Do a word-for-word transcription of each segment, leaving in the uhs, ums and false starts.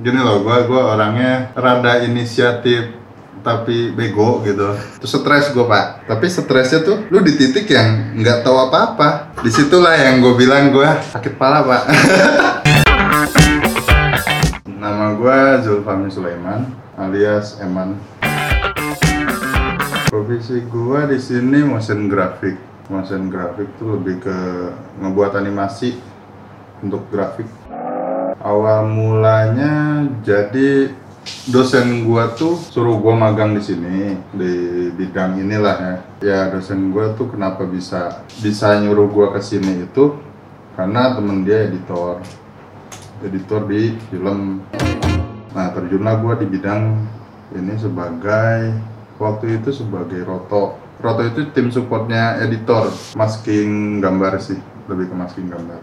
gini loh, gue gue orangnya rada inisiatif tapi bego gitu. Terus stres gue pak. Tapi stresnya tuh lu di titik yang nggak tahu apa-apa. Disitulah yang gue bilang gue sakit pala pak. Nama gue Zulfahmi Sulaiman alias Eman. Profesi gue di sini motion graphic. Motion graphic tuh lebih ke ngebuat animasi untuk grafik. Awal mulanya jadi dosen gua tuh suruh gua magang di sini di bidang inilah ya. Ya dosen gua tuh kenapa bisa bisa nyuruh gua ke sini itu karena temen dia editor, editor di film. Nah terjunlah gua di bidang ini sebagai waktu itu sebagai roto. Roto itu tim supportnya editor, masking gambar sih, lebih ke masking gambar.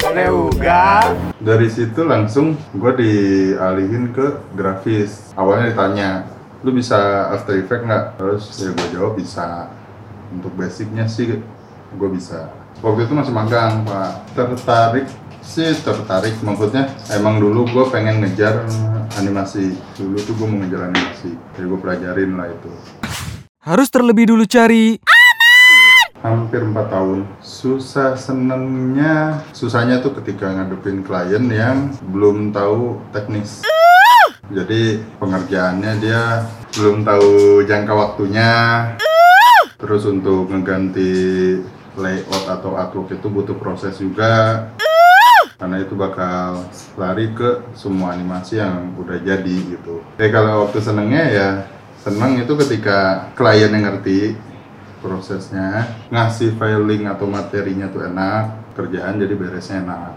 Dari situ langsung gue dialihin ke grafis. Awalnya ditanya, lu bisa After Effects nggak? Terus ya gue jawab bisa. Untuk basicnya sih gue bisa. Waktu itu masih magang pak. Tertarik sih tertarik. Maksudnya emang dulu gue pengen ngejar animasi. Dulu tuh gue mau ngejar animasi. Jadi gue pelajarin lah itu. Harus terlebih dulu cari Hampir empat tahun. Susah senengnya, susahnya tuh ketika ngadepin klien yang belum tahu teknis. Jadi pengerjaannya dia belum tahu jangka waktunya. Terus untuk ngeganti layout atau artwork itu butuh proses juga. Karena itu bakal lari ke semua animasi yang udah jadi gitu. Jadi kalau waktu senengnya ya seneng itu ketika klien yang ngerti prosesnya, ngasih filing atau materinya tuh enak, kerjaan jadi beresnya enak.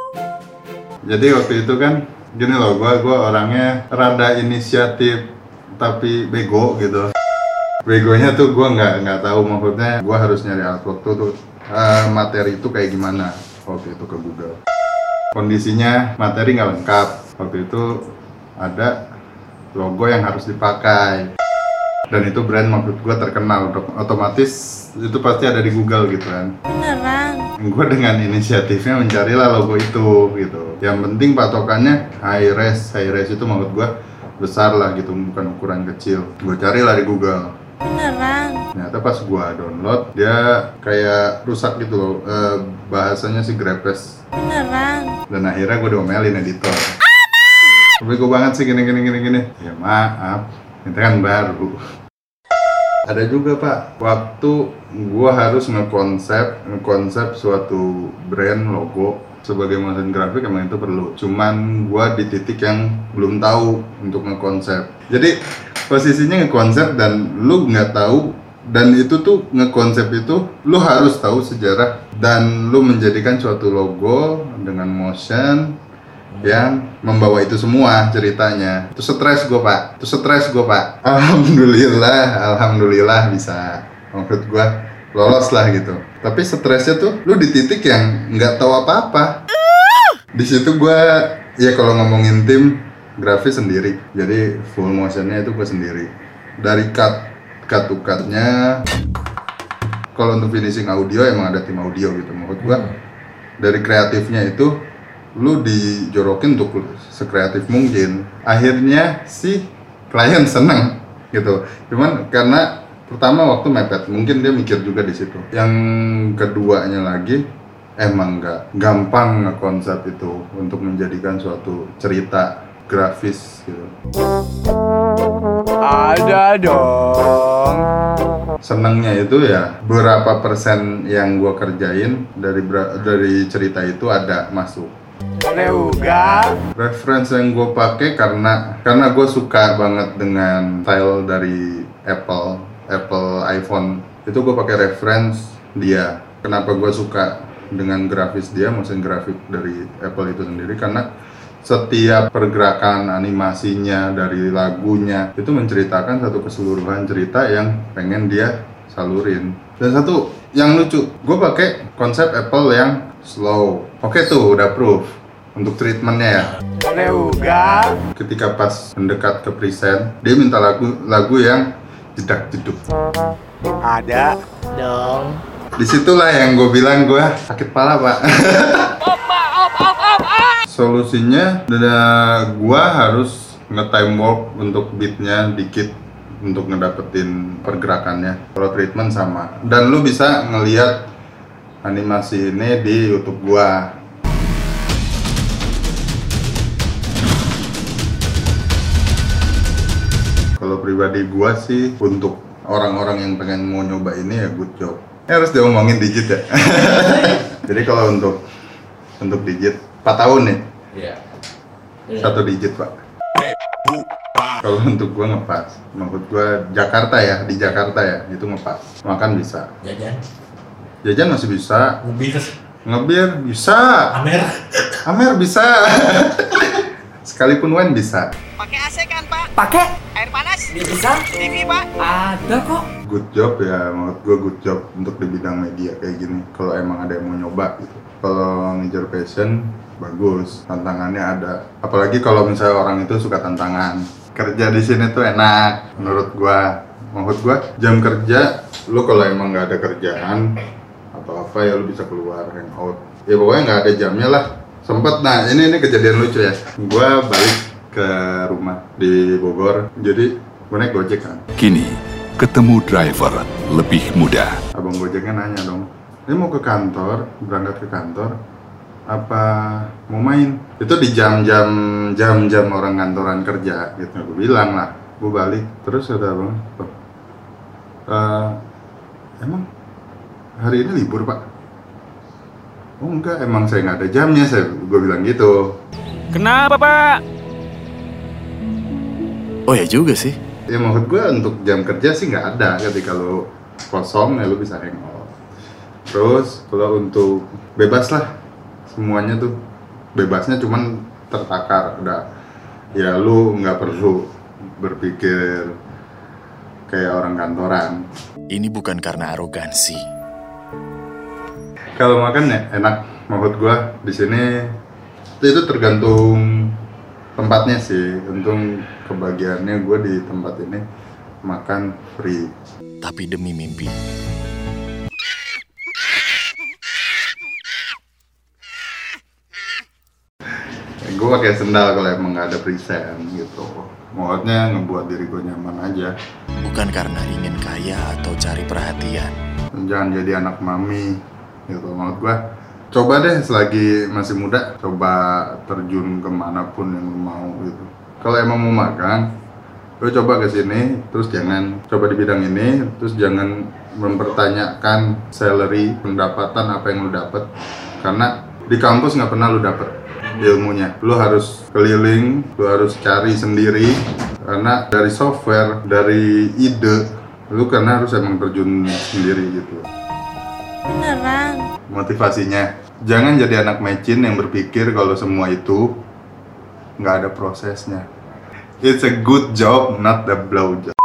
Jadi waktu itu kan gini loh, gue gue orangnya rada inisiatif tapi bego gitu. Begonya tuh gue nggak nggak tahu maksudnya gue harus nyari artwork tuh, tuh uh, materi itu kayak gimana waktu itu ke Google. Kondisinya materi nggak lengkap. Waktu itu ada logo yang harus dipakai. Dan itu brand maksud gue terkenal, otomatis itu pasti ada di Google gitu kan. Beneran? Gue dengan inisiatifnya mencarilah logo itu gitu. Yang penting patokannya high res, high res itu maksud gue besar lah gitu, bukan ukuran kecil. Gue carilah di Google. Beneran? Ternyata pas gue download, dia kayak rusak gitu loh, e, bahasanya sih grepes. Beneran? Dan akhirnya gue diomelin editor. Bego banget sih gini gini gini gini. Ya maaf, itu kan baru. Ada juga pak, waktu gua harus ngekonsep ngekonsep suatu brand logo sebagai motion graphic, emang itu perlu. Cuman gua di titik yang belum tahu untuk ngekonsep. Jadi posisinya ngekonsep dan lu nggak tahu, dan itu tuh ngekonsep itu lu harus tahu sejarah dan lu menjadikan suatu logo dengan motion yang membawa itu semua ceritanya. Itu stres gue pak, itu stres gue pak. Alhamdulillah, alhamdulillah bisa, maksud gue lolos lah gitu. Tapi stresnya tuh lu di titik yang nggak tahu apa-apa. Di situ gue ya kalau ngomongin tim grafis sendiri, jadi full motionnya itu gue sendiri. Dari cut cut to cutnya. Kalau untuk finishing audio emang ada tim audio gitu. Maksud gue dari kreatifnya itu lu dijorokin untuk sekreatif mungkin. Akhirnya sih klien seneng gitu. Cuman karena pertama waktu mepet, mungkin dia mikir juga di situ. Yang keduanya lagi emang nggak gampang ngekonsep itu untuk menjadikan suatu cerita grafis gitu. Ada dong. Senangnya itu ya berapa persen yang gua kerjain dari dari cerita itu ada masuk. Juga. Reference yang gue pakai karena karena gue suka banget dengan style dari Apple Apple iPhone. Itu gue pakai reference dia. Kenapa gue suka dengan grafis dia, motion grafik dari Apple itu sendiri, karena setiap pergerakan animasinya dari lagunya itu menceritakan satu keseluruhan cerita yang pengen dia salurin. Dan satu yang lucu, gue pakai konsep Apple yang slow. Oke tuh udah proof untuk treatmentnya ya. Juga. Ketika pas mendekat ke present, dia minta lagu lagu yang jedak jeduk. Ada dong. Disitulah yang gue bilang gue sakit pala pak. Solusinya, ada gua harus nge-time warp untuk beatnya dikit untuk ngedapetin pergerakannya. Kalau treatment sama. Dan lu bisa ngeliat animasi ini di YouTube gua. Kalau pribadi gua sih, untuk orang-orang yang pengen mau nyoba ini ya good job. Ya harus diomongin digit ya. Jadi kalau untuk untuk digit empat tahun nih. Iya. Satu digit, Pak. Kalau untuk gua ngepas. Maksud gua Jakarta ya, di Jakarta ya, itu ngepas. Makan bisa. Jajan. Jajan masih bisa. Mobil. Ngebir bisa. Amer. Amer bisa. Sekalipun wine bisa. Pakai A C kan, Pak? Pakai Air panas? bisa? T V, Pak? Ada kok. Good job ya, menurut gue good job untuk di bidang media kayak gini. Kalau emang ada yang mau nyoba gitu. Kalau ngejar passion, bagus. Tantangannya ada. Apalagi kalau misalnya orang itu suka tantangan. Kerja di sini tuh enak, menurut gue. Menurut gue, jam kerja, lu kalau emang nggak ada kerjaan atau apa ya lu bisa keluar hangout. Ya pokoknya nggak ada jamnya lah. Sempet, nah ini ini kejadian lucu ya. Gue balik ke rumah di Bogor, jadi gue naik Gojek kan. Kini, ketemu driver lebih mudah. Abang Gojeknya nanya dong, ini mau ke kantor, berangkat ke kantor, apa mau main? Itu di jam-jam jam-jam orang kantoran kerja gitu. Gue bilang lah, gue balik, terus ada abang, oh, uh, emang hari ini libur pak? Oh enggak, emang saya nggak ada jamnya, saya gue bilang gitu. Kenapa, Pak? Oh ya juga sih. Ya maksud gue untuk jam kerja sih nggak ada, ketika lo kosong ya lo bisa hangout. Terus kalau untuk bebas lah, semuanya tuh bebasnya cuman tertakar, udah ya lo nggak perlu berpikir kayak orang kantoran. Ini bukan karena arogansi. Kalau makan ya enak, maksud gue di sini itu tergantung tempatnya sih. Untung kebahagiaannya gue di tempat ini makan free. Tapi demi mimpi. Ya, gue pakai sendal kalau emang nggak ada present gitu. Maksudnya ngebuat diri gue nyaman aja. Bukan karena ingin kaya atau cari perhatian. Jangan jadi anak mami gitu. Maksud gue coba deh selagi masih muda, coba terjun kemanapun yang lu mau gitu. Kalau emang mau makan, lu coba ke sini, terus jangan coba di bidang ini, terus jangan mempertanyakan salary, pendapatan apa yang lu dapet, karena di kampus nggak pernah lu dapet ilmunya. Lu harus keliling, lu harus cari sendiri, karena dari software, dari ide, lu karena harus emang terjun sendiri gitu. Beneran. Motivasinya, jangan jadi anak mecin yang berpikir kalau semua itu nggak ada prosesnya. It's a good job, not a blow job.